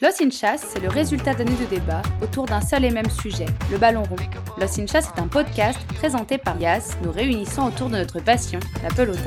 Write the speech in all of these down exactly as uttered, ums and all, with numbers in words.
Los Hinchas, c'est le résultat d'années de débats autour d'un seul et même sujet, le ballon rond. Los Hinchas est un podcast présenté par Yas, nous réunissant autour de notre passion, la pelota.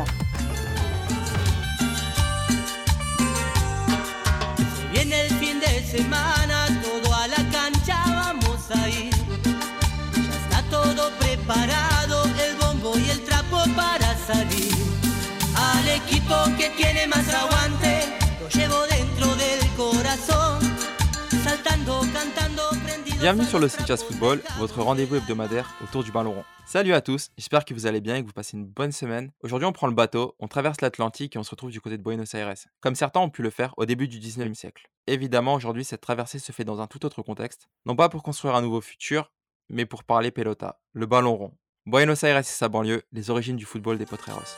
Viene el fin de semana, todo a la cancha vamos a ir. Ya está todo preparado, el bombo y el trapo para salir. Al equipo que tiene más aguante, lo llevo dentro del corazón. Saltando, cantando, prendido. Bienvenue sur le Hinchas Football, votre rendez-vous hebdomadaire autour du ballon rond. Salut à tous, j'espère que vous allez bien et que vous passez une bonne semaine. Aujourd'hui on prend le bateau, on traverse l'Atlantique et on se retrouve du côté de Buenos Aires, comme certains ont pu le faire au début du dix-neuvième siècle. Évidemment aujourd'hui cette traversée se fait dans un tout autre contexte, non pas pour construire un nouveau futur, mais pour parler pelota, le ballon rond. Buenos Aires et sa banlieue, les origines du football des Potreros.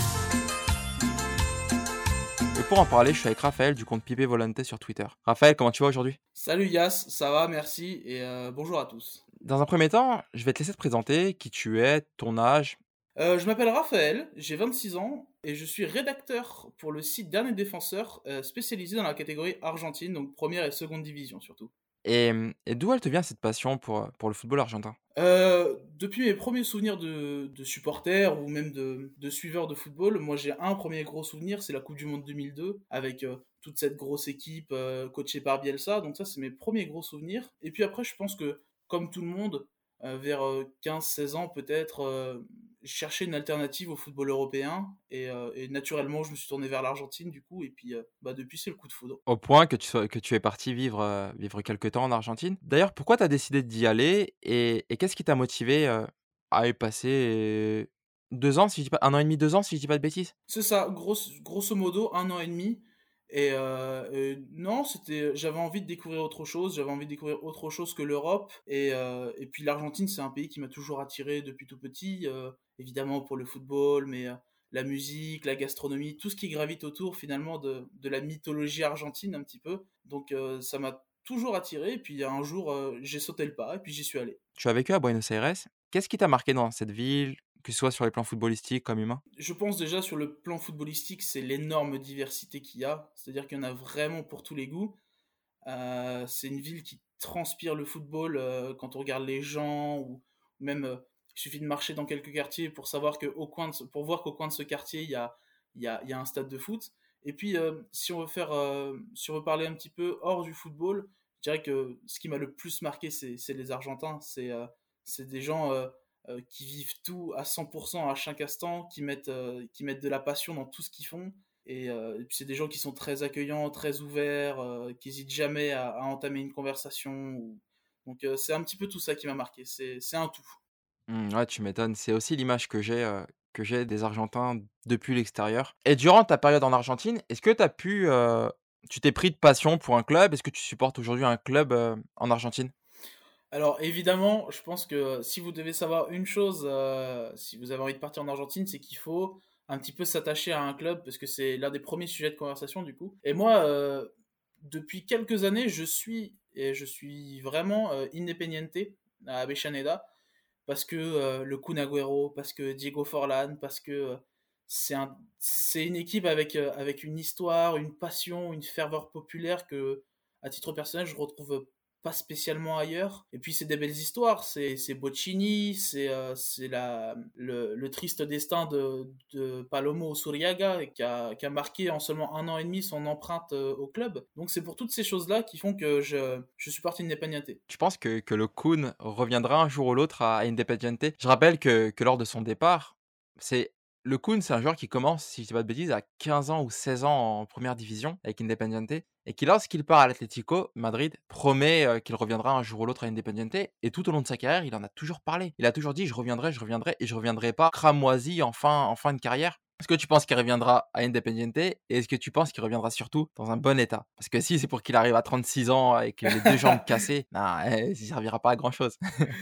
Et pour en parler, je suis avec Raphaël du compte Pipe Volante sur Twitter. Raphaël, comment tu vas aujourd'hui ? Salut Yas, ça va, merci, et euh, bonjour à tous. Dans un premier temps, je vais te laisser te présenter, qui tu es, ton âge. Euh, je m'appelle Raphaël, j'ai vingt-six ans, et je suis rédacteur pour le site Dernier Défenseur, euh, spécialisé dans la catégorie argentine, donc première et seconde division surtout. Et, et d'où elle te vient cette passion pour, pour le football argentin ? Euh, depuis mes premiers souvenirs de, de supporters ou même de, de suiveurs de football, moi j'ai un premier gros souvenir, c'est la Coupe du Monde deux mille deux, avec euh, toute cette grosse équipe euh, coachée par Bielsa, donc ça c'est mes premiers gros souvenirs. Et puis après je pense que, comme tout le monde, euh, vers euh, quinze seize ans peut-être, euh, chercher une alternative au football européen, et, euh, et naturellement je me suis tourné vers l'Argentine du coup, et puis euh, bah, depuis c'est le coup de foudre. Au point que tu, sois, que tu es parti vivre, euh, vivre quelques temps en Argentine. D'ailleurs, pourquoi tu as décidé d'y aller et, et qu'est-ce qui t'a motivé euh, à y passer euh, deux ans, si je dis pas, un an et demi, deux ans, si je dis pas de bêtises ? C'est ça, grosso, grosso modo, un an et demi. Et, euh, et non, c'était, j'avais envie de découvrir autre chose, j'avais envie de découvrir autre chose que l'Europe. Et, euh, et puis l'Argentine, c'est un pays qui m'a toujours attiré depuis tout petit, euh, évidemment pour le football, mais euh, la musique, la gastronomie, tout ce qui gravite autour finalement de, de la mythologie argentine un petit peu. Donc euh, ça m'a toujours attiré, et puis un jour, euh, j'ai sauté le pas, et puis j'y suis allé. Tu as vécu à Buenos Aires. Qu'est-ce qui t'a marqué dans cette ville, que ce soit sur les plans footballistiques comme humains ? Je pense déjà sur le plan footballistique, c'est l'énorme diversité qu'il y a. C'est-à-dire qu'il y en a vraiment pour tous les goûts. Euh, c'est une ville qui transpire le football euh, quand on regarde les gens, ou même euh, il suffit de marcher dans quelques quartiers pour savoir que au coin de ce, pour voir qu'au coin de ce quartier il y a, il y a, il y a un stade de foot. Et puis euh, si on veut faire euh, si on veut parler un petit peu hors du football, je dirais que ce qui m'a le plus marqué c'est, c'est les Argentins. C'est, euh, c'est des gens euh, euh, qui vivent tout à cent pour cent à chaque instant, qui mettent, euh, qui mettent de la passion dans tout ce qu'ils font. Et, euh, et puis c'est des gens qui sont très accueillants, très ouverts, euh, qui n'hésitent jamais à, à entamer une conversation. Ou... Donc euh, c'est un petit peu tout ça qui m'a marqué, c'est, c'est un tout. Mmh, ouais, tu m'étonnes. C'est aussi l'image que j'ai, euh, que j'ai des Argentins depuis l'extérieur. Et durant ta période en Argentine, est-ce que t'as pu, euh, tu t'es pris de passion pour un club ? Est-ce que tu supportes aujourd'hui un club euh, en Argentine ? Alors évidemment, je pense que si vous devez savoir une chose, euh, si vous avez envie de partir en Argentine, c'est qu'il faut un petit peu s'attacher à un club, parce que c'est l'un des premiers sujets de conversation du coup. Et moi, euh, depuis quelques années, je suis, et je suis vraiment euh, Independiente à Avellaneda, parce que euh, le Kun Agüero, parce que Diego Forlán, parce que euh, c'est un, c'est une équipe avec, euh, avec une histoire, une passion, une ferveur populaire que, à titre personnel, je retrouve pas spécialement ailleurs. Et puis c'est des belles histoires, c'est, c'est Bocchini, c'est, euh, c'est la, le, le triste destin de, de Palomo Usuriaga qui a, qui a marqué en seulement un an et demi son empreinte euh, au club. Donc c'est pour toutes ces choses-là qui font que je, je suis parti d'Independiente. Tu penses que, que le Kun reviendra un jour ou l'autre à Independiente ? Je rappelle que, que lors de son départ, c'est le Kun, c'est un joueur qui commence, si je dis pas de bêtises, à quinze ans ou seize ans en première division avec Independiente, et qui, lorsqu'il part à l'Atlético Madrid, promet euh, qu'il reviendra un jour ou l'autre à Independiente, et tout au long de sa carrière, il en a toujours parlé. Il a toujours dit « je reviendrai, je reviendrai, et je reviendrai pas cramoisi en fin, en fin de carrière ». Est-ce que tu penses qu'il reviendra à Independiente et est-ce que tu penses qu'il reviendra surtout dans un bon état ? Parce que si c'est pour qu'il arrive à trente-six ans avec les deux jambes cassées, nah, eh, il servira pas à grand chose.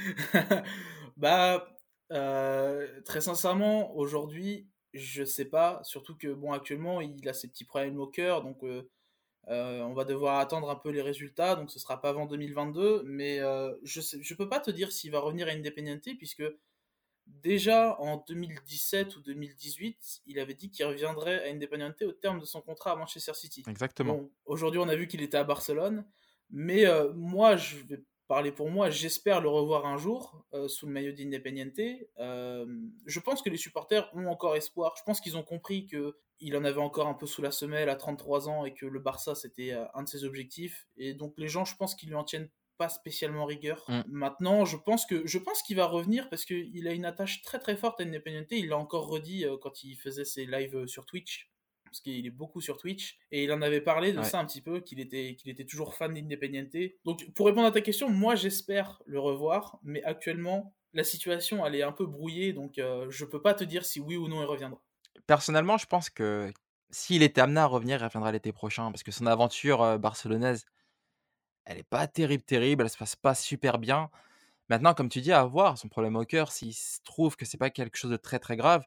Bah, euh, très sincèrement, aujourd'hui, je sais pas. Surtout que, bon, actuellement, il a ses petits problèmes au cœur, donc euh, euh, on va devoir attendre un peu les résultats, donc ce sera pas avant deux mille vingt-deux. Mais euh, je sais, je peux pas te dire s'il va revenir à Independiente, puisque Déjà en deux mille dix-sept ou deux mille dix-huit, il avait dit qu'il reviendrait à Independiente au terme de son contrat à Manchester City. Exactement. Bon, aujourd'hui on a vu qu'il était à Barcelone, mais euh, moi je vais parler pour moi, j'espère le revoir un jour euh, sous le maillot d'Independiente. Euh, je pense que les supporters ont encore espoir, je pense qu'ils ont compris que il en avait encore un peu sous la semelle à trente-trois ans et que le Barça c'était euh, un de ses objectifs, et donc les gens je pense qu'ils lui en tiennent pas spécialement rigueur. Mm. Maintenant, je pense que je pense qu'il va revenir parce qu'il a une attache très très forte à Independiente. Il l'a encore redit euh, quand il faisait ses lives euh, sur Twitch, parce qu'il est beaucoup sur Twitch, et il en avait parlé de Ouais. ça un petit peu, qu'il était, qu'il était toujours fan d'Independiente. Donc pour répondre à ta question, moi j'espère le revoir, mais actuellement la situation elle est un peu brouillée, donc euh, je peux pas te dire si oui ou non il reviendra. Personnellement, je pense que s'il était amené à revenir, il reviendra l'été prochain parce que son aventure euh, barcelonaise, elle est pas terrible, terrible, elle se passe pas super bien. Maintenant, comme tu dis, à voir son problème au cœur, s'il se trouve que c'est pas quelque chose de très, très grave,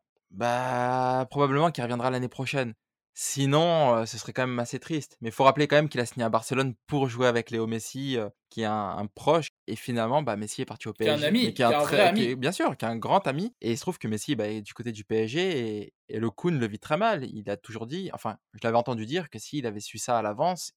bah, probablement qu'il reviendra l'année prochaine. Sinon, heu, ce serait quand même assez triste. Mais il faut rappeler quand même qu'il a signé à Barcelone pour jouer avec Léo Messi, heu, qui est un un proche et finalement, bah, Messi est parti au Qui est un P S G, mais ami, qui est qui un est un vrai très qui est ami. bien sûr, qui est un grand ami et il se trouve que Messi, bah, est du côté du P S G et et le Kun le vit très mal. Il a toujours dit, enfin, je l'avais entendu dire que s'il avait su ça à l'avance,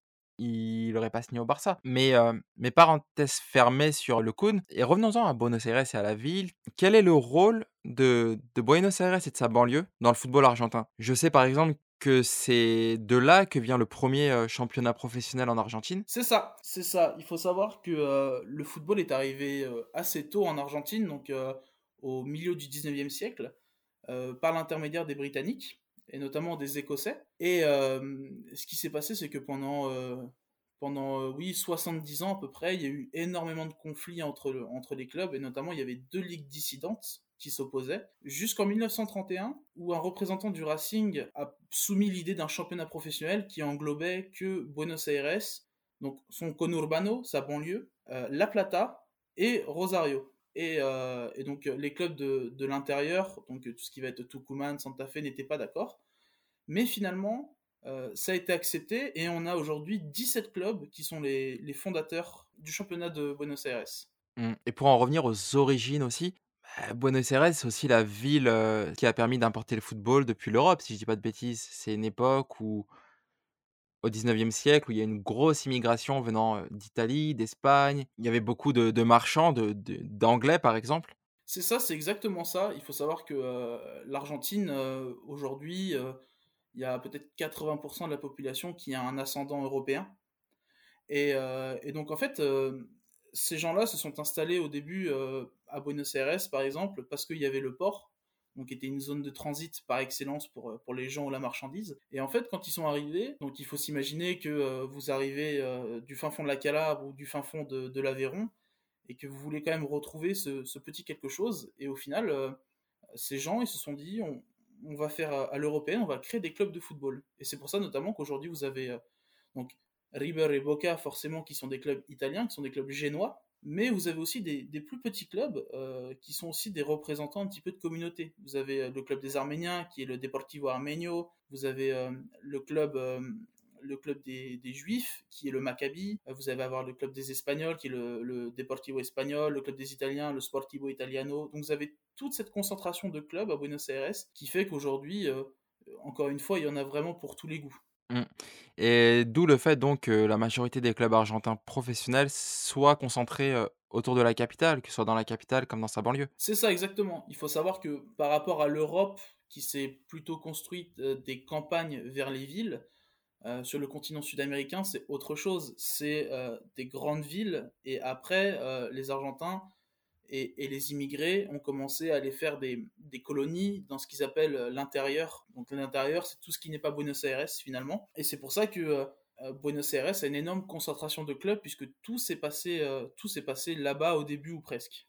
il aurait pas signé au Barça. Mais, heu, mais parenthèse fermée sur le Kun et revenons-en à Buenos Aires et à la ville. Quel est le rôle de de Buenos Aires et de sa banlieue dans le football argentin? Je sais par exemple que c'est de là que vient le premier er championnat professionnel en Argentine. C'est ça, c'est ça. Il faut savoir que euh, le football est arrivé euh, assez tôt en Argentine, donc euh, au milieu du dix-neuvième siècle, euh, par l'intermédiaire des Britanniques, et notamment des Écossais. Et euh, ce qui s'est passé, c'est que pendant, euh, pendant euh, oui, soixante-dix ans à peu près, il y a eu énormément de conflits entre, le- entre les clubs, et notamment il y avait deux ligues dissidentes qui s'opposaient, jusqu'en mille neuf cent trente et un, où un représentant du Racing a soumis l'idée d'un championnat professionnel qui englobait que Buenos Aires, donc son conurbano, sa banlieue, euh, La Plata et Rosario. Et, euh, et donc les clubs de, de l'intérieur, donc tout ce qui va être Tucumán, Santa Fe, n'étaient pas d'accord. Mais finalement, euh, ça a été accepté et on a aujourd'hui dix-sept clubs qui sont les, les fondateurs du championnat de Buenos Aires. Mmh et pour en revenir aux origines aussi, bah, Buenos Aires, c'est aussi la ville, heu, qui a permis d'importer le football depuis l'Europe, si je dis pas de bêtises. C'est une époque où au dix-neuvième siècle, où il y a une grosse immigration venant, heu, d'Italie, d'Espagne. Il y avait beaucoup de de marchands, de de d'anglais, par exemple. C'est ça, c'est exactement ça. Il faut savoir que euh, l'Argentine, euh, aujourd'hui, euh, il y a peut-être quatre-vingts pour cent de la population qui a un ascendant européen. Et, euh, et donc, en fait, euh, ces gens-là se sont installés au début euh, à Buenos Aires, par exemple, parce qu'il y avait le port, donc qui était une zone de transit par excellence pour, euh, pour les gens ou la marchandise. Et en fait, quand ils sont arrivés, donc il faut s'imaginer que euh, vous arrivez euh, du fin fond de la Calabre ou du fin fond de, de l'Aveyron, et que vous voulez quand même retrouver ce, ce petit quelque chose. Et au final, euh, ces gens, ils se sont dit, on, on va faire à, à l'européenne, on va créer des clubs de football. Et c'est pour ça notamment qu'aujourd'hui, vous avez... euh, donc River et Boca, forcément, qui sont des clubs italiens, qui sont des clubs génois, mais vous avez aussi des, des plus petits clubs euh, qui sont aussi des représentants un petit peu de communauté. Vous avez euh, le club des Arméniens, qui est le Deportivo Armenio, vous avez euh, le club... euh, le club des, des Juifs, qui est le Maccabi. Vous allez avoir le club des Espagnols, qui est le, le Deportivo Espagnol, le club des Italiens, le Sportivo Italiano. Donc vous avez toute cette concentration de clubs à Buenos Aires qui fait qu'aujourd'hui, euh, encore une fois, il y en a vraiment pour tous les goûts. Mmh et d'où le fait donc que la majorité des clubs argentins professionnels soient concentrés, heu, autour de la capitale, que ce soit dans la capitale comme dans sa banlieue. C'est ça exactement. Il faut savoir que par rapport à l'Europe, qui s'est plutôt construite euh, des campagnes vers les villes, euh, sur le continent sud-américain, c'est autre chose. C'est euh, des grandes villes, et après, euh, les Argentins et, et les immigrés ont commencé à aller faire des, des colonies dans ce qu'ils appellent euh, l'intérieur. Donc l'intérieur, c'est tout ce qui n'est pas Buenos Aires finalement. Et c'est pour ça que euh, Buenos Aires a une énorme concentration de clubs, puisque tout s'est passé, euh, tout s'est passé là-bas au début ou presque.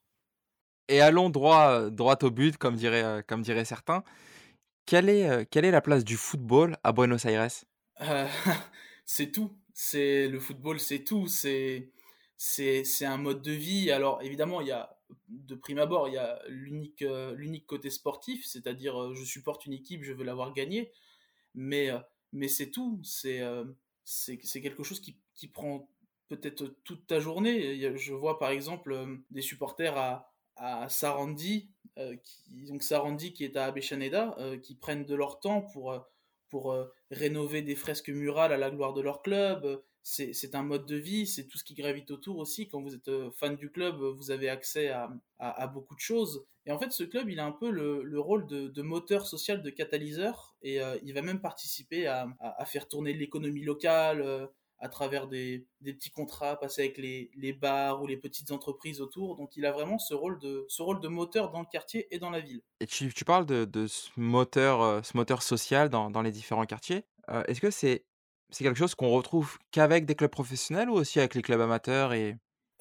Et allons droit, heu, droit au but comme diraient, heu, comme diraient certains. Quelle est, heu, quelle est la place du football à Buenos Aires? Euh, c'est tout. C'est le football, c'est tout. C'est c'est c'est un mode de vie. Alors évidemment, il y a de prime abord, il y a l'unique euh, l'unique côté sportif, c'est-à-dire euh, je supporte une équipe, je veux l'avoir gagnée. Mais euh, mais c'est tout. C'est euh, c'est c'est quelque chose qui qui prend peut-être toute ta journée. Il y a- Je vois par exemple euh, des supporters à à Sarandi, euh, qui, donc Sarandi qui est à Avellaneda, euh, qui prennent de leur temps pour, euh, pour euh, rénover des fresques murales à la gloire de leur club. C'est, c'est un mode de vie, c'est tout ce qui gravite autour aussi. Quand vous êtes euh, fan du club, vous avez accès à, à, à beaucoup de choses. Et en fait, ce club, il a un peu le, le rôle de, de moteur social, de catalyseur, et euh, il va même participer à, à, à faire tourner l'économie locale, euh, à travers des, des petits contrats passés avec les, les bars ou les petites entreprises autour. Donc il a vraiment ce rôle de, ce rôle de moteur dans le quartier et dans la ville. Et tu, tu parles de, de ce moteur, euh, ce moteur social dans, dans les différents quartiers. Euh, est-ce que c'est c'est quelque chose qu'on retrouve qu'avec des clubs professionnels ou aussi avec les clubs amateurs et...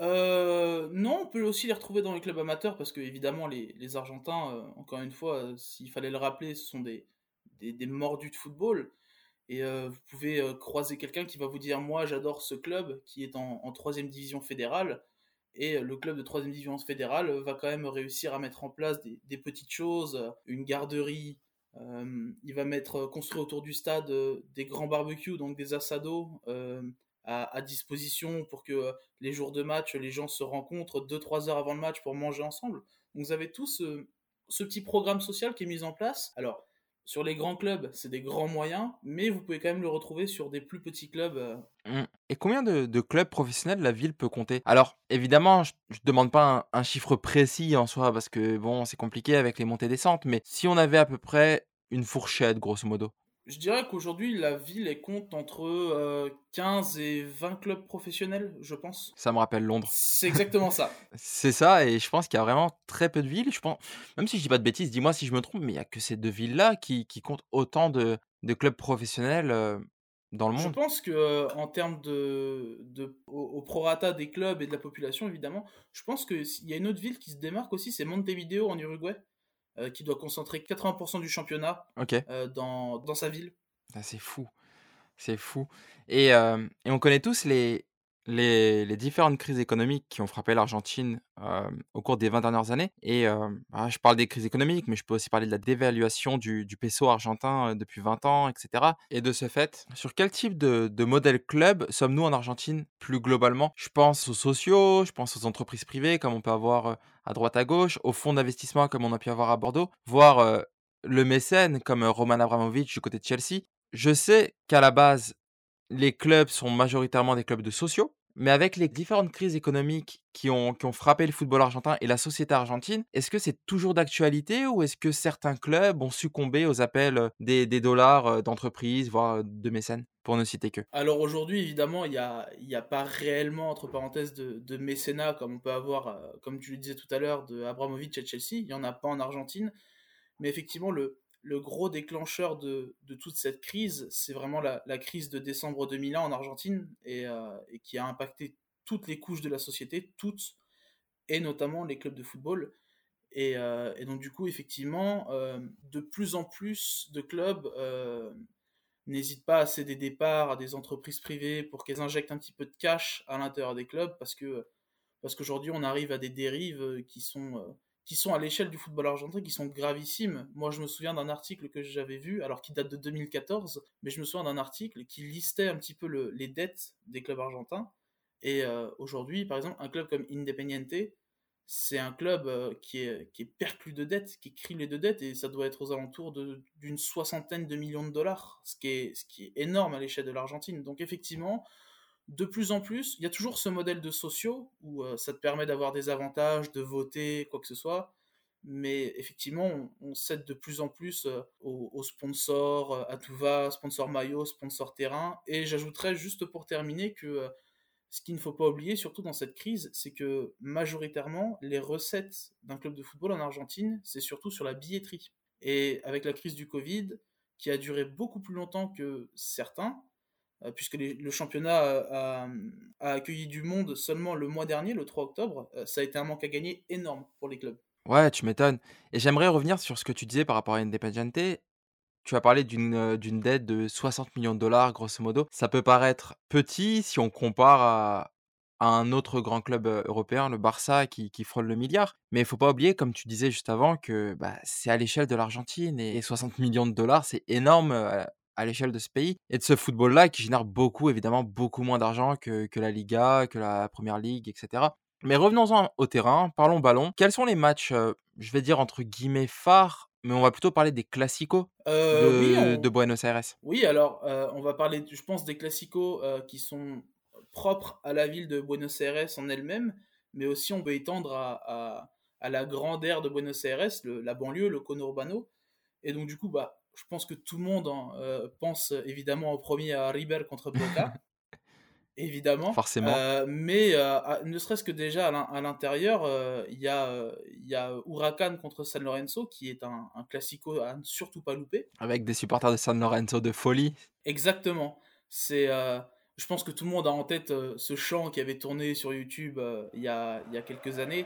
Euh, non, on peut aussi les retrouver dans les clubs amateurs parce que évidemment les, les Argentins, euh, encore une fois, euh, s'il fallait le rappeler, ce sont des, des, des mordus de football. Et euh, vous pouvez euh, croiser quelqu'un qui va vous dire moi j'adore ce club qui est en, en troisième division fédérale. Et euh, le club de troisième division fédérale euh, va quand même réussir à mettre en place des, des petites choses, euh, une garderie. Euh, il va mettre euh, construire autour du stade euh, des grands barbecues, donc des assados euh, à, à disposition pour que euh, les jours de match, les gens se rencontrent deux trois heures avant le match pour manger ensemble. Donc vous avez tout ce, ce petit programme social qui est mis en place. Alors, sur les grands clubs, c'est des grands moyens, mais vous pouvez quand même le retrouver sur des plus petits clubs. euh. Mmh. Et combien de, de clubs professionnels la ville peut compter? Alors, évidemment, je ne demande pas un, un chiffre précis en soi, parce que bon, c'est compliqué avec les montées-descentes, mais si on avait à peu près une fourchette, grosso modo. Je dirais qu'aujourd'hui, la ville elle compte entre euh, quinze et vingt clubs professionnels, je pense. Ça me rappelle Londres. C'est exactement ça. C'est ça, et je pense qu'il y a vraiment très peu de villes. Je pense, même si je dis pas de bêtises, dis-moi si je me trompe, mais il y a que ces deux villes-là qui, qui comptent autant de, de clubs professionnels euh, dans le Je monde. pense que euh, en termes de, de au, au prorata des clubs et de la population, évidemment, je pense qu'il y a une autre ville qui se démarque aussi, c'est Montevideo en Uruguay, euh, qui doit concentrer quatre-vingts pour cent du championnat Ok, euh, dans, dans sa ville. ah, c'est fou. C'est fou. Et, hem et on connaît tous les les les différentes crises économiques qui ont frappé l'Argentine, hem, au cours des vingt dernières années et hem, bah, je parle des crises économiques, mais je peux aussi parler de la dévaluation du du peso argentin, heu, depuis vingt ans et cetera et de ce fait, sur quel type de de modèle club sommes-nous en Argentine plus globalement? Je pense aux sociaux, je pense aux entreprises privées comme on peut avoir, heu, à droite à gauche, aux fonds d'investissement comme on a pu avoir à Bordeaux, voire, heu, le mécène comme, heu, Roman Abramovich du côté de Chelsea. Je sais qu'à la base, les clubs sont majoritairement des clubs de sociaux, mais avec les différentes crises économiques qui ont, qui ont frappé le football argentin et la société argentine, est-ce que c'est toujours d'actualité ou est-ce que certains clubs ont succombé aux appels euh, des, des dollars euh, d'entreprises, voire euh, de mécènes, pour ne citer que? Alors aujourd'hui, évidemment, il n'y a, il y a pas réellement, entre parenthèses, de, de mécénat comme on peut avoir, euh, comme tu le disais tout à l'heure, de Abramovich à Chelsea. Il n'y en a pas en Argentine. Mais effectivement, le, le gros déclencheur de, de toute cette crise, c'est vraiment la, la crise de décembre deux mille un en Argentine et, euh, et qui a impacté toutes les couches de la société, toutes, et notamment les clubs de football. Et, euh, et donc du coup, effectivement, euh, de plus en plus de clubs euh, n'hésitent pas à céder des parts à des entreprises privées pour qu'elles injectent un petit peu de cash à l'intérieur des clubs parce que parce qu'aujourd'hui on arrive à des dérives euh, qui sont euh, qui sont à l'échelle du football argentin qui sont gravissimes. Moi je me souviens d'un article que j'avais vu alors qui date de deux mille quatorze, mais je me souviens d'un article qui listait un petit peu le, les dettes des clubs argentins et euh, aujourd'hui par exemple un club comme Independiente, c'est un club euh, qui est qui est perclus de dettes, qui est criblé de dettes et ça doit être aux alentours de d'une soixantaine de millions de dollars, ce qui est ce qui est énorme à l'échelle de l'Argentine. Donc effectivement, de plus en plus, il y a toujours ce modèle de sociaux où euh, ça te permet d'avoir des avantages, de voter, quoi que ce soit. Mais effectivement, on, on cède de plus en plus euh, aux, aux sponsors, euh, à tout va, sponsor maillot, sponsor terrain. Et j'ajouterais juste pour terminer que euh, ce qu'il ne faut pas oublier, surtout dans cette crise, c'est que majoritairement, les recettes d'un club de football en Argentine, c'est surtout sur la billetterie. Et avec la crise du Covid, qui a duré beaucoup plus longtemps que certains, euh, puisque les- le championnat a, a- a accueilli du monde seulement le mois dernier, le trois octobre, euh, ça a été un manque à gagner énorme pour les clubs. Ouais, tu m'étonnes. Et j'aimerais revenir sur ce que tu disais par rapport à Independiente. Tu as parlé d'une, heu, d'une dette de soixante millions de dollars grosso modo. Ça peut paraître petit si on compare à à un autre grand club, heu, européen, le Barça qui qui frôle le milliard. Mais il faut pas oublier, comme tu disais juste avant, que, bah, c'est à l'échelle de l'Argentine et soixante millions de dollars c'est énorme, heu, à à l'échelle de ce pays et de ce football-là qui génère beaucoup, évidemment, beaucoup moins d'argent que que la Liga, que la Première Ligue et cetera. Mais revenons-en au terrain, parlons ballon. Quels sont les matchs, heu, je vais dire entre guillemets «phares», mais on va plutôt parler des classicos Heu, oui, de de on Buenos Aires? oui, alors, heu, on va parler, je pense, des classicos, heu, qui sont propres à la ville de Buenos Aires en elle-même, mais aussi on peut étendre à à à la grande aire de Buenos Aires, le la banlieue, le conurbano. Et donc du coup, bah, je pense que tout le monde, hein, heu, pense évidemment en premier à River contre Boca, évidemment, Forcément. heu, mais heu, à ne serait-ce que déjà à l'in à l'intérieur, heu, il y a, heu, il y a Huracan contre San Lorenzo qui est un un classico à ne surtout pas louper. Avec des supporters de San Lorenzo de folie. Exactement. C'est, heu, je pense que tout le monde a en tête, heu, ce chant qui avait tourné sur YouTube, heu, il y a il y a quelques années.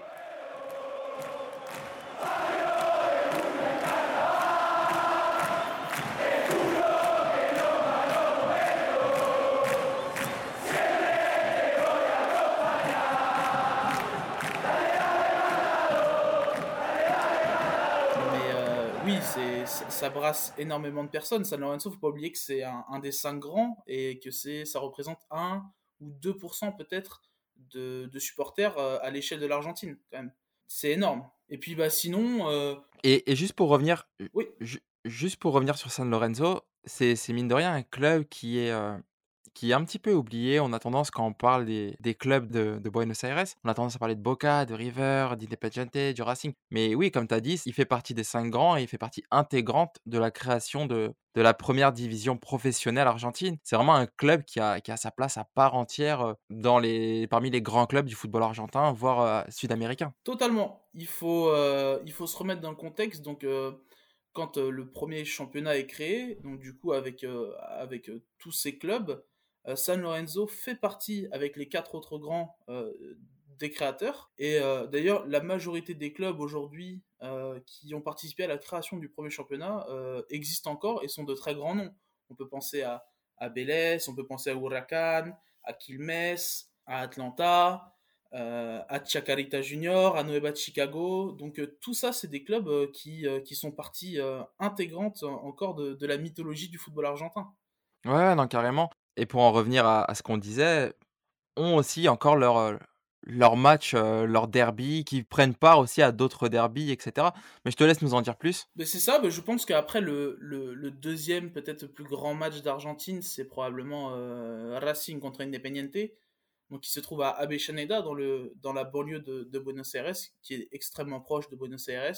Mais heu, oui, c'est ça ça brasse énormément de personnes. San Lorenzo, faut pas oublier que c'est un un des cinq grands et que c'est ça représente un ou deux pour cent peut-être de de supporters, heu, à l'échelle de l'Argentine, quand même. C'est énorme. Et puis, bah, sinon, heu Et et juste pour revenir, ju oui, ju juste pour revenir sur San Lorenzo, c'est c'est mine de rien un club qui est, heu, qui est un petit peu oublié. On a tendance quand on parle des des clubs de de Buenos Aires, on a tendance à parler de Boca, de River, d'Independiente, du Racing. Mais oui, comme tu as dit, il fait partie des cinq grands et il fait partie intégrante de la création de de la première division professionnelle argentine. C'est vraiment un club qui a qui a sa place à part entière, heu, dans les parmi les grands clubs du football argentin, voire, heu, sud-américain. totalement. Il faut, heu, il faut se remettre dans le contexte. Donc, heu, quand, heu, le premier championnat est créé, donc du coup avec, heu, avec, heu, tous ces clubs, heu, San Lorenzo fait partie avec les quatre autres grands, heu, des créateurs. Et heu, d'ailleurs la majorité des clubs aujourd'hui, heu, qui ont participé à la création du premier championnat, heu, existent encore et sont de très grands noms. On peut penser à à Vélez, on peut penser à Huracan, à Quilmes, à Atlanta, euh, à Chacarita Junior, à Nueva Chicago. Donc euh, tout ça, c'est des clubs euh, qui, euh, qui sont partie euh, intégrante euh, encore de, de la mythologie du football argentin. Ouais, ouais, non, carrément. Et pour en revenir à à ce qu'on disait, ont aussi encore leur, heu, leur match, heu, leur derby, qui prennent part aussi à d'autres derbys et cetera. Mais je te laisse nous en dire plus. Mais c'est ça, mais je pense qu'après le, le, le deuxième peut-être plus grand match d'Argentine, c'est probablement euh, Racing contre Independiente, donc qui se trouve à Avellaneda dans, le, dans la banlieue de, de Buenos Aires, qui est extrêmement proche de Buenos Aires.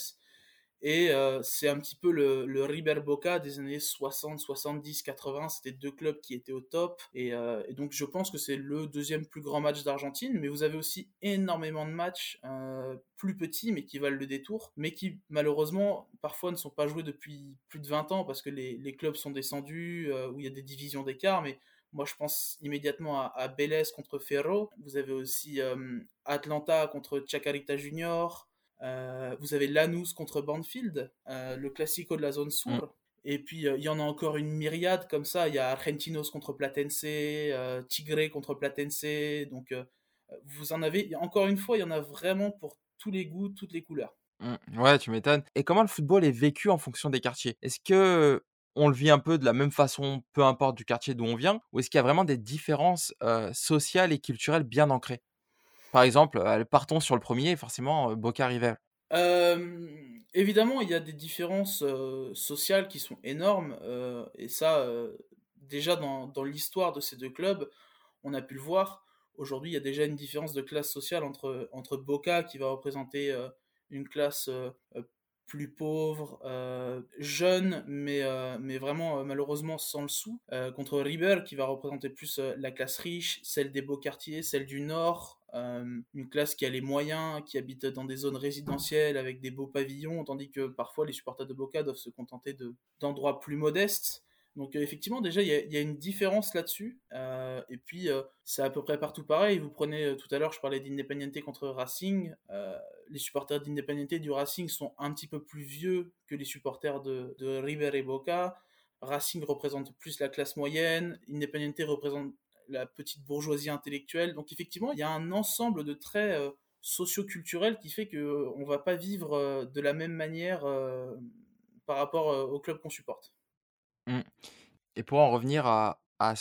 Et euh, c'est un petit peu le, le River Boca des années soixante, soixante-dix, quatre-vingts. C'était deux clubs qui étaient au top. Et, euh, et donc je pense que c'est le deuxième plus grand match d'Argentine. Mais vous avez aussi énormément de matchs euh, plus petits, mais qui valent le détour. Mais qui malheureusement parfois ne sont pas joués depuis plus de vingt ans parce que les, les clubs sont descendus, euh, où il y a des divisions d'écart. Mais moi, je pense immédiatement à, à Vélez contre Ferro. Vous avez aussi euh, Atlanta contre Chacarita Junior. Euh, vous avez Lanús contre Banfield, euh, le classico de la zone Mmh. sur. Et puis, euh, il y en a encore une myriade comme ça. Il y a Argentinos contre Platense, euh, Tigre contre Platense. Donc, euh, vous en avez, encore une fois, il y en a vraiment pour tous les goûts, toutes les couleurs. Mmh. Ouais, tu m'étonnes. Et comment le football est vécu en fonction des quartiers? Est-ce que on le vit un peu de la même façon, peu importe du quartier d'où on vient? Ou est-ce qu'il y a vraiment des différences, heu, sociales et culturelles bien ancrées? Par exemple, heu, partons sur le premier, forcément, heu, Boca River. Euh, évidemment, il y a des différences euh, sociales qui sont énormes. Euh, et ça, euh, déjà dans, dans l'histoire de ces deux clubs, on a pu le voir. Aujourd'hui, il y a déjà une différence de classe sociale entre, entre Boca, qui va représenter euh, une classe euh, euh, plus pauvre, euh, jeune, mais, euh, mais vraiment euh, malheureusement sans le sou, euh, contre River, qui va représenter plus euh, la classe riche, celle des beaux quartiers, celle du Nord, euh, une classe qui a les moyens, qui habite dans des zones résidentielles avec des beaux pavillons, tandis que parfois les supporters de Boca doivent se contenter de, d'endroits plus modestes. Donc euh, effectivement, déjà, il y, a- il y a une différence là-dessus. Euh, et puis, euh, c'est à peu près partout pareil. Vous prenez, euh, tout à l'heure, je parlais d'Independiente contre Racing. Euh, les supporters d'Independiente et du Racing sont un petit peu plus vieux que les supporters de, de River et Boca. Racing représente plus la classe moyenne. Independiente représente la petite bourgeoisie intellectuelle. Donc effectivement, il y a un ensemble de traits euh, socio-culturels qui fait qu'on euh, ne va pas vivre euh, de la même manière euh, par rapport euh, au club qu'on supporte. Mmh. Et pour en revenir à à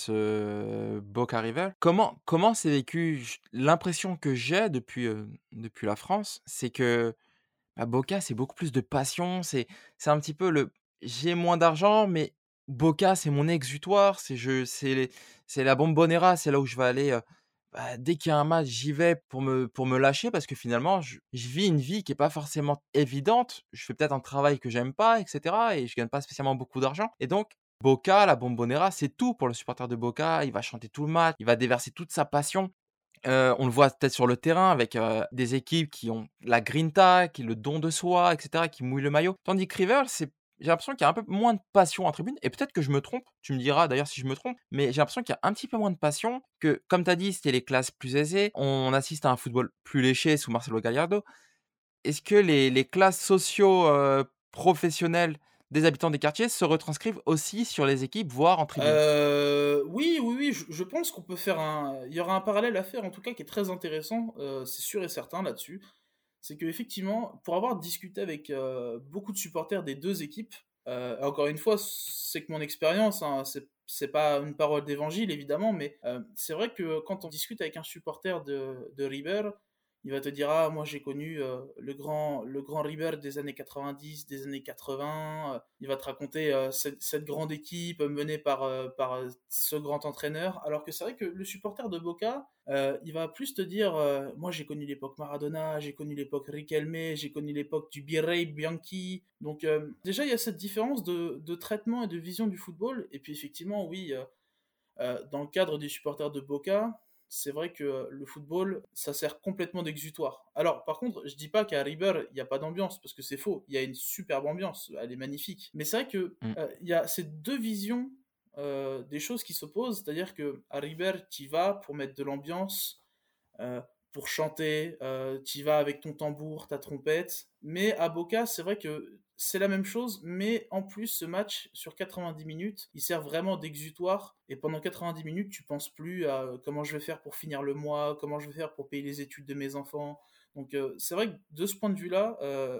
ce Boca River. Comment comment c'est vécu? J L'impression que j'ai depuis, heu, depuis la France, c'est que, bah, Boca, c'est beaucoup plus de passion, c'est c'est un petit peu le j'ai moins d'argent, mais Boca, c'est mon exutoire, c'est je c'est les c'est la Bombonera, c'est là où je vais aller, heu, bah, dès qu'il y a un match, j'y vais pour me pour me lâcher parce que finalement, je je vis une vie qui est pas forcément évidente. Je fais peut-être un travail que j'aime pas et cetera et je gagne pas spécialement beaucoup d'argent et donc Boca, la Bombonera, c'est tout pour le supporter de Boca. Il va chanter tout le match, il va déverser toute sa passion. Heu, on le voit peut-être sur le terrain avec, heu, des équipes qui ont la grinta, qui le don de soi et cetera, qui mouillent le maillot. Tandis que River, c'est j'ai l'impression qu'il y a un peu moins de passion en tribune et peut-être que je me trompe, tu me diras d'ailleurs si je me trompe, mais j'ai l'impression qu'il y a un petit peu moins de passion, que comme tu as dit, c'était les classes plus aisées. On assiste à un football plus léché sous Marcelo Gallardo. Est-ce que les les classes socio, heu, professionnelles des habitants des quartiers se retranscrivent aussi sur les équipes, voire en tribune? Heu, oui, oui, oui, je je pense qu'on peut faire un il y aura un parallèle à faire en tout cas qui est très intéressant, heu, c'est sûr et certain là-dessus. C'est qu'effectivement, pour avoir discuté avec, heu, beaucoup de supporters des deux équipes, heu, encore une fois, c'est que mon expérience, hein, c'est c'est pas une parole d'évangile évidemment, mais, heu, c'est vrai que quand on discute avec un supporter de de River, il va te dire: «Ah moi j'ai connu, heu, le grand le grand River des années quatre-vingt-dix, des années quatre-vingts», heu, il va te raconter, heu, cette cette grande équipe menée par, heu, par, heu, ce grand entraîneur. Alors que c'est vrai que le supporter de Boca, heu, il va plus te dire, heu: «Moi j'ai connu l'époque Maradona, j'ai connu l'époque Riquelme, j'ai connu l'époque du Birey Bianchi». Donc, hem, déjà il y a cette différence de de traitement et de vision du football et puis effectivement oui, heu Heu, dans le cadre des supporters de Boca, c'est vrai que le football, ça sert complètement d'exutoire. Alors, par contre, je dis pas qu'à River, il y a pas d'ambiance, parce que c'est faux. Il y a une superbe ambiance, elle est magnifique. Mais c'est vrai que, Mmh. heu, il y a ces deux visions, heu, des choses qui s'opposent. C'est-à-dire qu'à River, tu y vas pour mettre de l'ambiance, heu, pour chanter, heu, tu y vas avec ton tambour, ta trompette. Mais à Boca, c'est vrai que c'est la même chose, mais en plus, ce match, sur quatre-vingt-dix minutes, il sert vraiment d'exutoire. Et pendant quatre-vingt-dix minutes, tu penses plus à euh, comment je vais faire pour finir le mois, comment je vais faire pour payer les études de mes enfants. Donc, euh, c'est vrai que de ce point de vue-là, euh,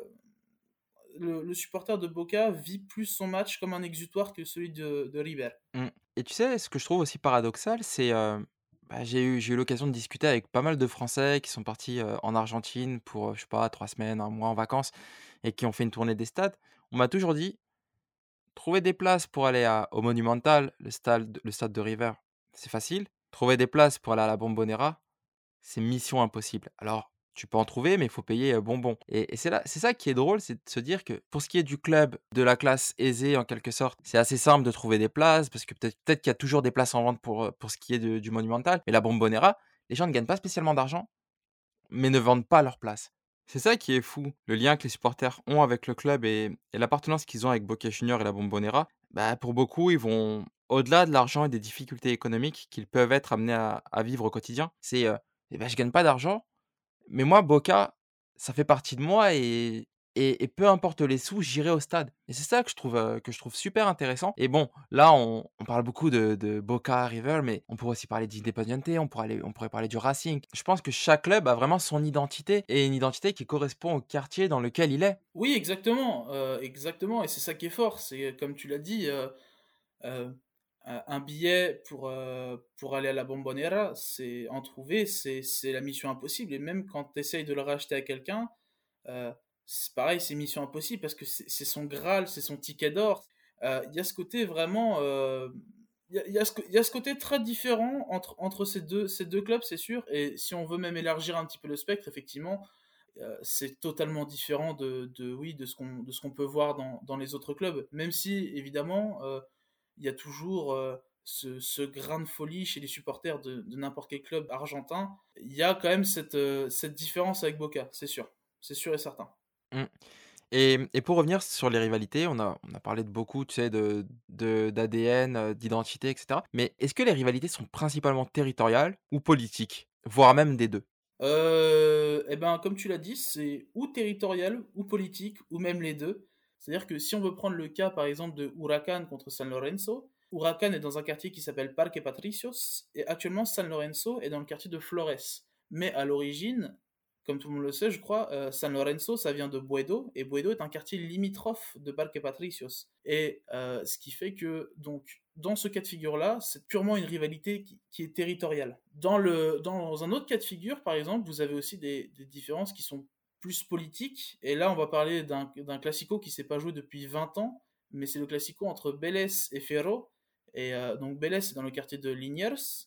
le, le supporter de Boca vit plus son match comme un exutoire que celui de, de River. Mmh et tu sais, ce que je trouve aussi paradoxal, c'est, heu, bah, j'ai eu j'ai eu l'occasion de discuter avec pas mal de Français qui sont partis, heu, en Argentine pour, heu, je sais pas, trois semaines, un mois en vacances et qui ont fait une tournée des stades. On m'a toujours dit: «Trouver des places pour aller à au Monumental, le stade le stade de River, c'est facile. Trouver des places pour aller à la Bombonera, c'est mission impossible. Alors, tu peux en trouver, mais il faut payer, heu, bonbon et et c'est là c'est ça qui est drôle, c'est de se dire que pour ce qui est du club de la classe aisée, en quelque sorte, c'est assez simple de trouver des places parce que peut-être peut-être qu'il y a toujours des places en vente pour, heu, pour ce qui est de du Monumental. Mais la Bombonera, les gens ne gagnent pas spécialement d'argent, mais ne vendent pas leurs places. C'est ça qui est fou, le lien que les supporters ont avec le club et et l'appartenance qu'ils ont avec Boca Juniors et la Bombonera. Bah, pour beaucoup, ils vont au-delà de l'argent et des difficultés économiques qu'ils peuvent être amenés à à vivre au quotidien. C'est, heu: «Et bah, je gagne pas d'argent, mais moi, Boca, ça fait partie de moi et et et peu importe les sous, j'irai au stade» et c'est ça que je trouve, heu, que je trouve super intéressant et bon, là, on on parle beaucoup de de Boca, River, mais on pourrait aussi parler d'Independiente, on pourrait aller on pourrait parler du Racing. Je pense que chaque club a vraiment son identité et une identité qui correspond au quartier dans lequel il est. Oui, exactement, euh, exactement, et c'est ça qui est fort. C'est comme tu l'as dit, euh, euh, un un billet pour, euh, pour aller à la Bombonera, c'est en trouver, c'est c'est la mission impossible. Et même quand tu essayes de le racheter à quelqu'un, euh, c'est pareil, c'est mission impossible parce que c'est c'est son Graal, c'est son ticket d'or. Euh, Il y a ce côté vraiment, euh, il y a, il y a ce, il y a ce côté très différent entre, entre ces deux, ces deux clubs, c'est sûr. Et si on veut même élargir un petit peu le spectre, effectivement, euh, c'est totalement différent de, de, oui, de ce qu'on de ce qu'on peut voir dans, dans les autres clubs. Même si, évidemment, euh, il y a toujours euh, ce, ce grain de folie chez les supporters de, de n'importe quel club argentin. Il y a quand même cette, euh, cette différence avec Boca, c'est sûr. C'est sûr et certain. Mmh. Et et pour revenir sur les rivalités, on a on a parlé de beaucoup, tu sais, de de d'A D N, heu, d'identité et cetera. Mais est-ce que les rivalités sont principalement territoriales ou politiques? Voire même des deux. Euh, eh ben, comme tu l'as dit, c'est ou territorial, ou politique, ou même les deux. C'est-à-dire que si on veut prendre le cas, par exemple, de Huracan contre San Lorenzo, Huracan est dans un quartier qui s'appelle Parque Patricios, et actuellement San Lorenzo est dans le quartier de Flores. Mais à l'origine, comme tout le monde le sait, je crois, euh, San Lorenzo, ça vient de Boedo, et Boedo est un quartier limitrophe de Parque Patricios. Et euh, ce qui fait que, donc, dans ce cas de figure-là, c'est purement une rivalité qui, qui est territoriale. Dans, le, dans un autre cas de figure, par exemple, vous avez aussi des, des différences qui sont plus politiques, et là, on va parler d'un, d'un classico qui ne s'est pas joué depuis vingt ans, mais c'est le classico entre Vélez et Ferro, et euh, donc Vélez, c'est dans le quartier de Liniers.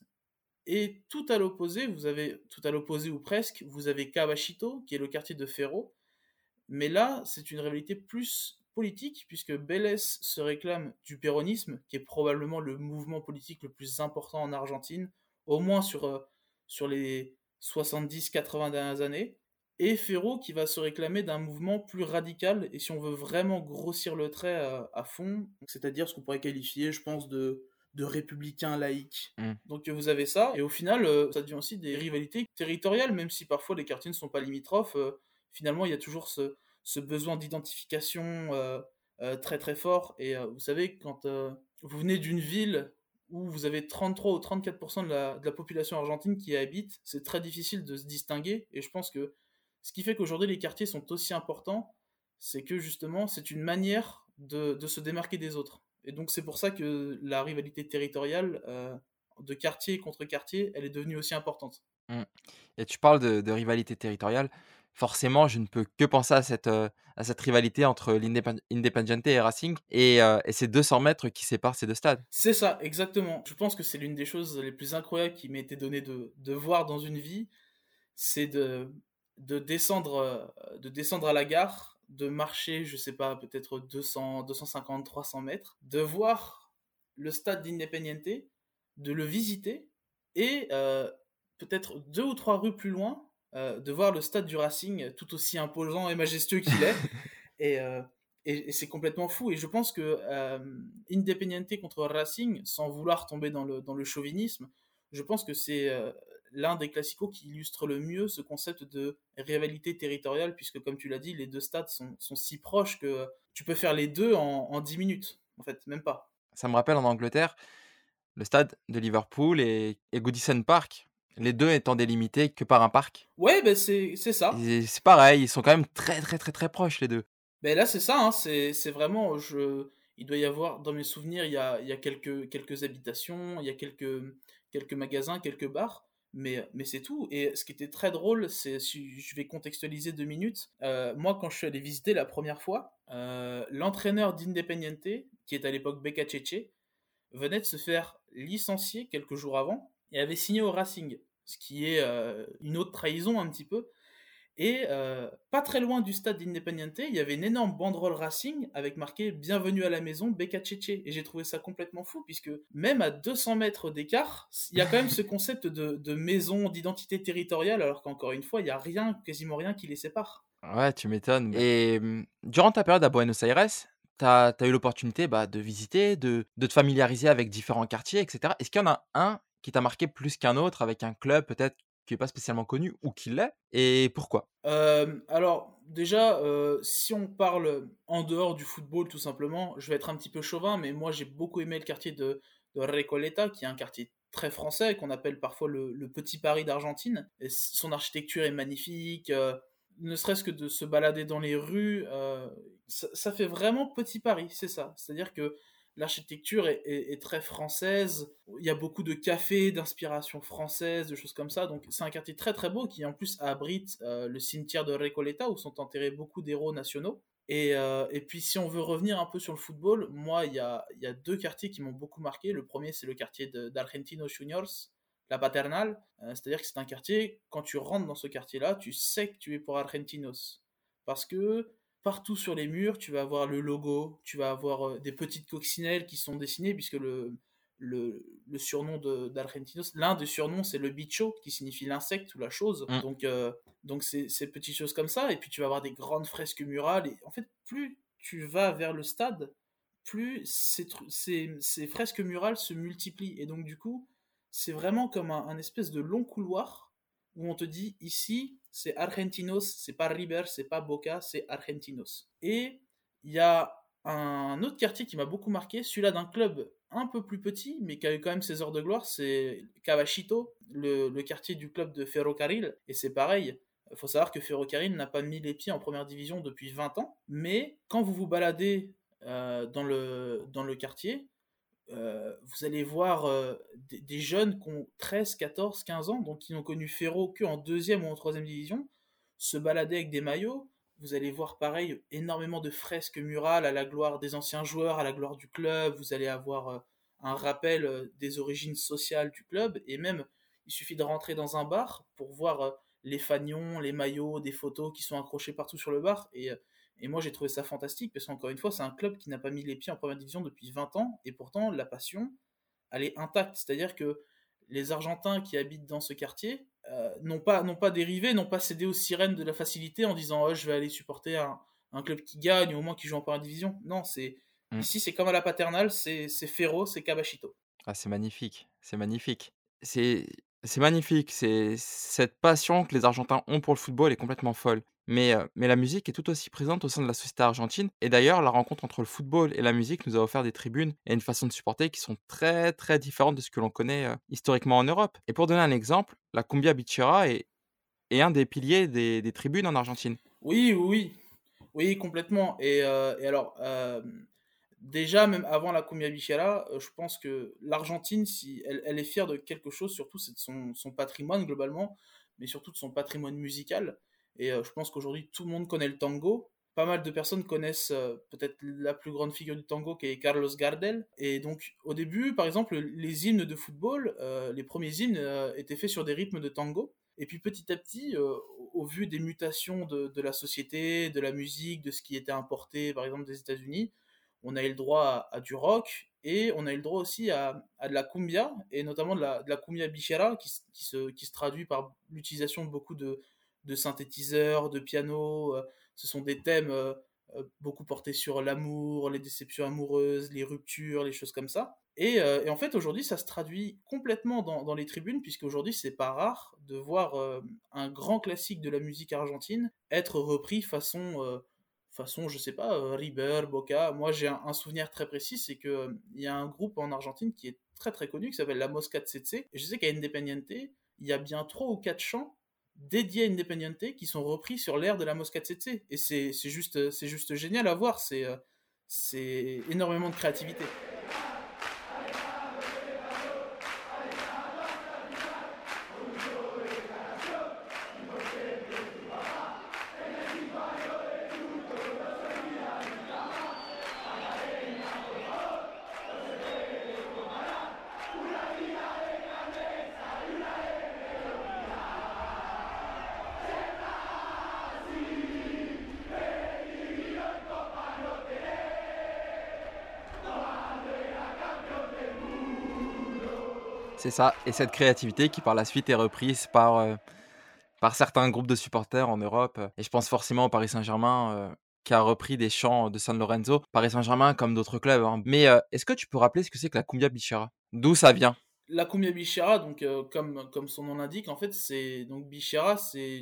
Et tout à l'opposé, vous avez, tout à l'opposé ou presque, vous avez Caballito, qui est le quartier de Ferro. Mais là, c'est une rivalité plus politique, puisque Vélez se réclame du péronisme, qui est probablement le mouvement politique le plus important en Argentine, au moins sur, euh, sur les soixante-dix quatre-vingts dernières années. Et Ferro, qui va se réclamer d'un mouvement plus radical, et si on veut vraiment grossir le trait à, à fond, c'est-à-dire ce qu'on pourrait qualifier, je pense, de... de républicains laïcs. Mm. Donc vous avez ça, et au final, euh, ça devient aussi des rivalités territoriales, même si parfois les quartiers ne sont pas limitrophes. Euh, finalement, il y a toujours ce, ce besoin d'identification euh, euh, très très fort. Et euh, vous savez, quand euh, vous venez d'une ville où vous avez trente-trois ou trente-quatre pour cent de la, de la population argentine qui y habite, c'est très difficile de se distinguer. Et je pense que ce qui fait qu'aujourd'hui les quartiers sont aussi importants, c'est que justement, c'est une manière de, de se démarquer des autres. Et donc c'est pour ça que la rivalité territoriale euh, de quartier contre quartier, elle est devenue aussi importante. Mmh. Et tu parles de, de rivalité territoriale. Forcément, je ne peux que penser à cette, euh, à cette rivalité entre l'Independiente et Racing et, euh, et ces deux cents mètres qui séparent ces deux stades. C'est ça, exactement. Je pense que c'est l'une des choses les plus incroyables qui m'ait été donnée de, de voir dans une vie, c'est de, de, descendre, de descendre à la gare, de marcher, je sais pas, peut-être deux cents, deux cent cinquante, trois cents mètres, de voir le stade d'Independiente, de le visiter, et euh, peut-être deux ou trois rues plus loin, euh, de voir le stade du Racing tout aussi imposant et majestueux qu'il est. et, euh, et, et c'est complètement fou. Et je pense que euh, Independiente contre Racing, sans vouloir tomber dans le, dans le chauvinisme, je pense que c'est euh, l'un des classicos qui illustre le mieux ce concept de rivalité territoriale, puisque comme tu l'as dit, les deux stades sont, sont si proches que tu peux faire les deux en, en dix minutes, en fait, même pas. Ça me rappelle en Angleterre, le stade de Liverpool et, et Goodison Park, les deux étant délimités que par un parc. Ouais, ben c'est, c'est ça. Et c'est pareil, ils sont quand même très très très très proches les deux. Ben là c'est ça, hein, c'est, c'est vraiment, je, il doit y avoir, dans mes souvenirs, il y a, il y a quelques, quelques habitations, il y a quelques, quelques magasins, quelques bars, mais, mais c'est tout. Et ce qui était très drôle, c'est, si je vais contextualiser deux minutes, euh, moi quand je suis allé visiter la première fois, euh, l'entraîneur d'Independiente, qui est à l'époque Beccacheche, venait de se faire licencier quelques jours avant et avait signé au Racing, ce qui est euh, une autre trahison un petit peu. Et euh, pas très loin du stade d'Independiente, il y avait une énorme banderole Racing avec marqué « Bienvenue à la maison, Beccacheche ». Et j'ai trouvé ça complètement fou, puisque même à deux cents mètres d'écart, il y a quand même ce concept de, de maison, d'identité territoriale, alors qu'encore une fois, il n'y a rien, quasiment rien qui les sépare. Ouais, tu m'étonnes. Et hum, durant ta période à Buenos Aires, tu as eu l'opportunité bah, de visiter, de, de te familiariser avec différents quartiers, et cetera. Est-ce qu'il y en a un qui t'a marqué plus qu'un autre, avec un club peut-être qui n'est pas spécialement connu ou qui l'est, et pourquoi? Euh, alors, déjà, euh, si on parle en dehors du football, tout simplement, je vais être un petit peu chauvin, mais moi j'ai beaucoup aimé le quartier de, de Recoleta, qui est un quartier très français, qu'on appelle parfois le, le Petit Paris d'Argentine. Et son architecture est magnifique, euh, ne serait-ce que de se balader dans les rues, euh, ça, ça fait vraiment Petit Paris, c'est ça. C'est-à-dire que l'architecture est, est, est très française, il y a beaucoup de cafés d'inspiration française, de choses comme ça, donc c'est un quartier très très beau qui en plus abrite euh, le cimetière de Recoleta où sont enterrés beaucoup d'héros nationaux. Et, euh, et puis si on veut revenir un peu sur le football, moi il y a, y a deux quartiers qui m'ont beaucoup marqué. Le premier c'est le quartier de, d'Argentinos Juniors, la Paternal, euh, c'est-à-dire que c'est un quartier, quand tu rentres dans ce quartier-là, tu sais que tu es pour Argentinos, parce que partout sur les murs, tu vas avoir le logo, tu vas avoir euh, des petites coccinelles qui sont dessinées, puisque le, le, le surnom de, d'Argentinos, l'un des surnoms, c'est le bicho, qui signifie l'insecte ou la chose. Mm. Donc, euh, donc c'est ces petites choses comme ça, et puis tu vas avoir des grandes fresques murales. Et en fait, plus tu vas vers le stade, plus ces, ces, ces fresques murales se multiplient. Et donc, du coup, c'est vraiment comme un, un espèce de long couloir où on te dit, ici, c'est Argentinos, c'est pas River, c'est pas Boca, c'est Argentinos. Et il y a un autre quartier qui m'a beaucoup marqué, celui-là d'un club un peu plus petit, mais qui a eu quand même ses heures de gloire, c'est Caballito, le, le quartier du club de Ferrocarril. Et c'est pareil, Il faut savoir que Ferrocarril n'a pas mis les pieds en première division depuis vingt ans, mais quand vous vous baladez euh, dans, le, dans le quartier, euh, vous allez voir euh, des, des jeunes qui ont treize, quatorze, quinze ans, donc qui n'ont connu Ferro qu'en deuxième ou en troisième division, se balader avec des maillots. Vous allez voir pareil énormément de fresques murales à la gloire des anciens joueurs, à la gloire du club. Vous allez avoir euh, un rappel euh, des origines sociales du club, et même il suffit de rentrer dans un bar pour voir euh, les fanions, les maillots, des photos qui sont accrochés partout sur le bar. Et, euh, et moi j'ai trouvé ça fantastique parce qu'encore une fois c'est un club qui n'a pas mis les pieds en première division depuis vingt ans, et pourtant la passion elle est intacte. C'est-à-dire que les Argentins qui habitent dans ce quartier euh, n'ont pas, n'ont pas dérivé, n'ont pas cédé aux sirènes de la facilité en disant oh, je vais aller supporter un, un club qui gagne ou au moins qui joue en première division. Non, c'est Mmh. ici c'est comme à la paternelle, c'est, c'est Ferro, c'est Cabachito. Ah, c'est magnifique, c'est magnifique. C'est c'est magnifique, c'est cette passion que les Argentins ont pour le football est complètement folle. Mais, heu, mais la musique est tout aussi présente au sein de la société argentine et d'ailleurs la rencontre entre le football et la musique nous a offert des tribunes et une façon de supporter qui sont très, très différentes de ce que l'on connaît, heu, historiquement en Europe. Et pour donner un exemple, la cumbia bichera est est un des piliers des des tribunes en Argentine. Oui, oui, oui, oui, complètement. Et, euh, et alors, euh, déjà, même avant la Cumbia Bichera, euh, je pense que l'Argentine, si elle, elle est fière de quelque chose, surtout c'est de son, son patrimoine globalement, mais surtout de son patrimoine musical. Et euh, je pense qu'aujourd'hui, tout le monde connaît le tango. Pas mal de personnes connaissent euh, peut-être la plus grande figure du tango qui est Carlos Gardel. Et donc, au début, par exemple, les hymnes de football, euh, les premiers hymnes euh, étaient faits sur des rythmes de tango. Et puis petit à petit, euh, au au vu des mutations de, de la société, de la musique, de ce qui était importé, par exemple, des États-Unis, on a eu le droit à, à du rock et on a eu le droit aussi à, à de la cumbia, et notamment de la, de la cumbia bichera qui, qui, se, qui se traduit par l'utilisation de beaucoup de, de synthétiseurs, de piano. Euh, ce sont des thèmes euh, euh, beaucoup portés sur l'amour, les déceptions amoureuses, les ruptures, les choses comme ça. Et, euh, et en fait, aujourd'hui, ça se traduit complètement dans, dans les tribunes, puisque aujourd'hui, c'est pas rare de voir euh, un grand classique de la musique argentine être repris façon euh, façon, je sais pas, euh, River, Boca. Moi, j'ai un, un souvenir très précis, c'est que euh, il y a un groupe en Argentine qui est très très connu, qui s'appelle La Mosca Tsetse. Et je sais qu'à Independiente, il y a bien trois ou quatre chants dédiés à Independiente qui sont repris sur l'air de La Mosca Tsetse. Et c'est c'est juste, c'est juste génial à voir, c'est euh, c'est énormément de créativité. C'est ça, et cette créativité qui par la suite est reprise par, heu, par certains groupes de supporters en Europe, heu et je pense forcément au Paris Saint-Germain, heu, qui a repris des chants de San Lorenzo. Paris Saint-Germain comme d'autres clubs, hein. Mais, heu, est-ce que tu peux rappeler ce que c'est que la cumbia bichera? D'où ça vient? La cumbia bichera, donc euh, comme, comme son nom l'indique, en fait, c'est donc bichera, c'est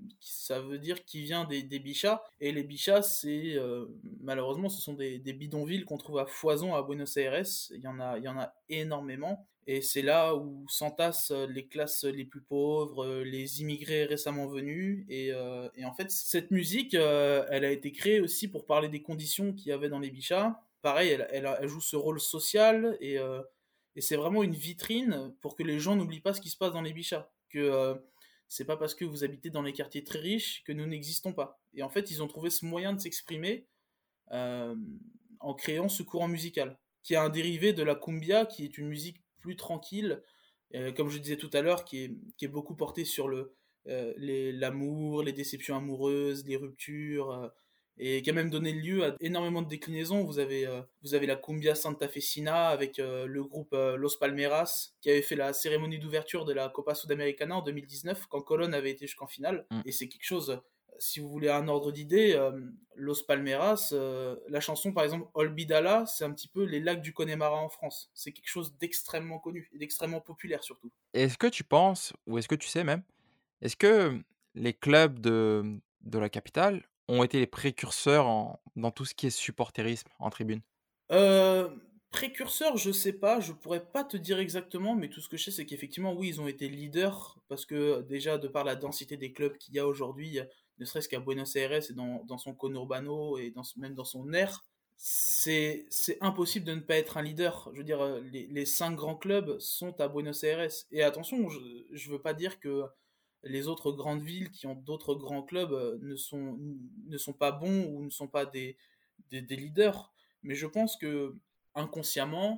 ça veut dire qui vient des, des bichas, et les bichas, c'est euh, malheureusement, ce sont des, des bidonvilles qu'on trouve à foison à Buenos Aires. Il y en a, il y en a énormément, et c'est là où s'entassent les classes les plus pauvres, euh, les immigrés récemment venus, et, euh, et en fait, cette musique, euh, elle a été créée aussi pour parler des conditions qu'il y avait dans les bichas. Pareil, elle, elle, a- elle joue ce rôle social, et euh, et c'est vraiment une vitrine pour que les gens n'oublient pas ce qui se passe dans les bichas. Que euh, c'est pas parce que vous habitez dans les quartiers très riches que nous n'existons pas. Et en fait, ils ont trouvé ce moyen de s'exprimer euh, en créant ce courant musical, qui est un dérivé de la cumbia, qui est une musique plus tranquille, euh, comme je disais tout à l'heure, qui est, qui est beaucoup portée sur le, euh, les, l'amour, les déceptions amoureuses, les ruptures, euh, et qui a même donné lieu à énormément de déclinaisons. Vous avez, euh, vous avez la cumbia santafesina avec euh, le groupe euh, Los Palmeras, qui avait fait la cérémonie d'ouverture de la Copa Sudamericana en deux mille dix-neuf, quand Colón avait été jusqu'en finale. Mmh. Et c'est quelque chose, si vous voulez un ordre d'idée, euh, Los Palmeras, euh, la chanson par exemple Olvidala, c'est un petit peu les lacs du Connemara en France. C'est quelque chose d'extrêmement connu et d'extrêmement populaire surtout. Est-ce que tu penses, ou est-ce que tu sais même, est-ce que les clubs de de la capitale ont été les précurseurs en dans tout ce qui est supportérisme en tribune? Euh, Précurseurs, je sais pas, je pourrais pas te dire exactement, mais tout ce que je sais, c'est qu'effectivement, oui, ils ont été leaders, parce que déjà, de par la densité des clubs qu'il y a aujourd'hui, ne serait-ce qu'à Buenos Aires et dans, dans son conurbano et dans, même dans son aire, c'est, c'est impossible de ne pas être un leader. Je veux dire, euh, les, les cinq grands clubs sont à Buenos Aires. Et attention, je, je veux pas dire que les autres grandes villes qui ont d'autres grands clubs euh, ne sont, ne sont pas bons ou ne sont pas des, des, des leaders. Mais je pense que inconsciemment,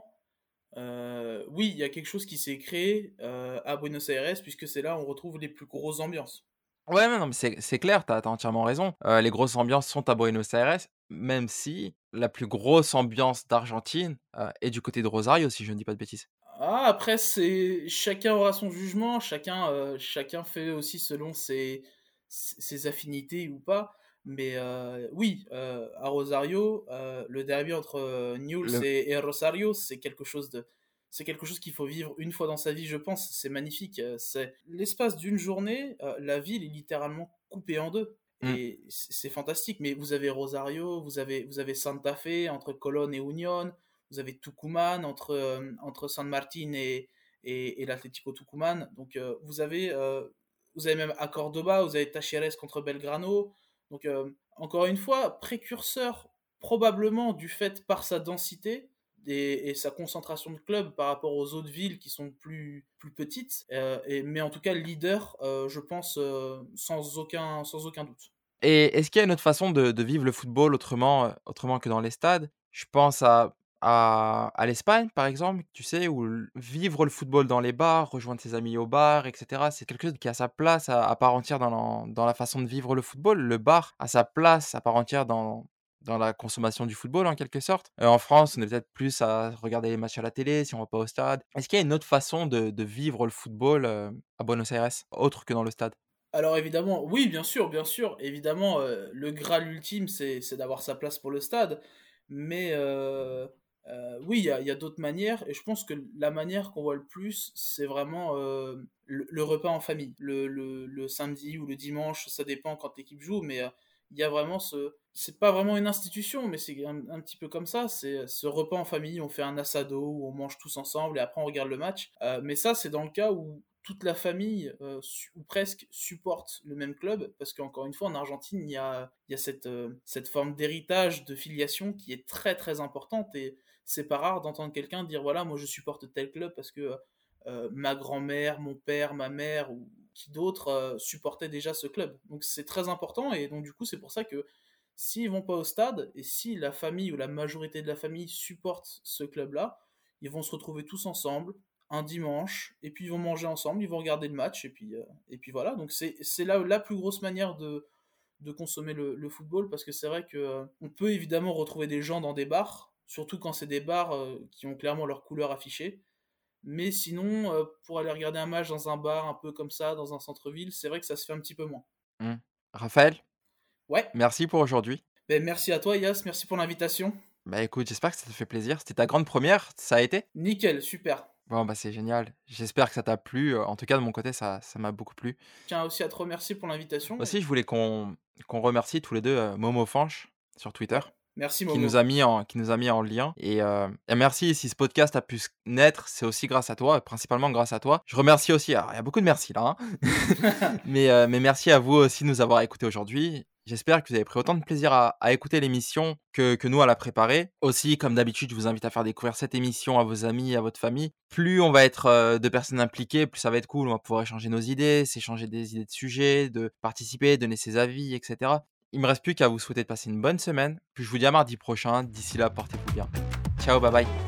euh, oui, il y a quelque chose qui s'est créé euh, à Buenos Aires, puisque c'est là où on retrouve les plus grosses ambiances. Ouais, mais non, mais c'est c'est clair, t'as as entièrement raison. Heu, les grosses ambiances sont à Buenos Aires, même si la plus grosse ambiance d'Argentine, heu, est du côté de Rosario, si je ne dis pas de bêtises. Ah, après, c'est chacun aura son jugement, chacun, euh, chacun fait aussi selon ses, ses affinités ou pas. Mais euh, oui, euh, à Rosario, euh, le derby entre euh, Newell's Le et, et Rosario, c'est quelque chose de, c'est quelque chose qu'il faut vivre une fois dans sa vie, je pense. C'est magnifique. euh, C'est l'espace d'une journée, euh, la ville est littéralement coupée en deux. mmh, Et c'est c'est fantastique. Mais vous avez Rosario, vous avez, vous avez Santa Fe entre Colón et Unión. Vous avez Tucumán entre, euh, entre San Martín et, et, et l'Atlético Tucumán. Donc euh, vous avez euh, vous avez même à Cordoba, vous avez Tacheres contre Belgrano. Donc euh, encore une fois, précurseur probablement du fait par sa densité et, et sa concentration de clubs par rapport aux autres villes qui sont plus, plus petites. Euh, et, mais en tout cas, leader, euh, je pense, euh, sans, aucun, sans aucun doute. et est-ce qu'il y a une autre façon de de vivre le football autrement, heu, autrement que dans les stades? Je pense à à à l'Espagne, par exemple, tu sais, où l vivre le football dans les bars, rejoindre ses amis au bar et cetera, c'est quelque chose qui a sa place à à part entière dans l'en dans la façon de vivre le football. Le bar a sa place à part entière dans dans la consommation du football, en quelque sorte. Heu, en France, on est peut-être plus à regarder les matchs à la télé, si on va pas au stade. Est-ce qu'il y a une autre façon de de vivre le football, heu, à Buenos Aires, autre que dans le stade? Alors évidemment, oui, bien sûr, bien sûr. Évidemment, euh, le Graal ultime, c'est c'est d'avoir sa place pour le stade. Mais euh, euh, oui, il y a, il y a d'autres manières. Et je pense que la manière qu'on voit le plus, c'est vraiment euh, le, le repas en famille. Le, le, le samedi ou le dimanche, ça dépend quand l'équipe joue. Mais euh, il y a vraiment ce... C'est pas vraiment une institution, mais c'est un, un petit peu comme ça. C'est ce repas en famille, on fait un assado, où on mange tous ensemble et après on regarde le match. Euh, mais ça, c'est dans le cas où toute la famille, euh, su- ou presque, supporte le même club, parce qu'encore une fois, en Argentine, il y a, il y a cette, euh, cette forme d'héritage, de filiation qui est très très importante, et c'est pas rare d'entendre quelqu'un dire, voilà, moi je supporte tel club parce que euh, ma grand-mère, mon père, ma mère, ou qui d'autres euh, supportaient déjà ce club. Donc c'est très important, et donc du coup, c'est pour ça que s'ils vont pas au stade, et si la famille ou la majorité de la famille supporte ce club-là, ils vont se retrouver tous ensemble, un dimanche, et puis ils vont manger ensemble, ils vont regarder le match, et puis, euh, et puis voilà. Donc c'est, c'est là la plus grosse manière de, de consommer le, le football, parce que c'est vrai que euh, on peut évidemment retrouver des gens dans des bars, surtout quand c'est des bars euh, qui ont clairement leur couleur affichée. Mais sinon, euh, pour aller regarder un match dans un bar un peu comme ça, dans un centre-ville, c'est vrai que ça se fait un petit peu moins. Mmh. Raphaël, Ouais, merci pour aujourd'hui. ben merci à toi Yas, merci pour l'invitation. Bah, écoute, j'espère que ça te fait plaisir. C'était ta grande première, ça a été? Nickel, super. Bon, bah, c'est génial. J'espère que ça t'a plu, heu, en tout cas de mon côté ça ça m'a beaucoup plu. Je tiens aussi à te remercier pour l'invitation. Aussi, je voulais qu'on qu'on remercie tous les deux heu, Momo Fanch sur Twitter, Ouais, merci qui nous Momo. a mis en qui nous a mis en lien et heu et merci si ce podcast a pu s naître, c'est aussi grâce à toi, principalement grâce à toi. Je remercie aussi, alors il y a beaucoup de merci là, hein, mais heu, mais merci à vous aussi de nous avoir écoutés aujourd'hui. J'espère que vous avez pris autant de plaisir à à écouter l'émission que que nous à la préparer. Aussi, comme d'habitude, je vous invite à faire découvrir cette émission à vos amis, à votre famille. Plus on va être, heu, de personnes impliquées, plus ça va être cool. On va pouvoir échanger nos idées, s'échanger des idées de sujets, de participer, donner ses avis et cetera. Il me reste plus qu'à vous souhaiter de passer une bonne semaine, puis je vous dis à mardi prochain. D'ici là, portez-vous bien. Ciao, bye bye.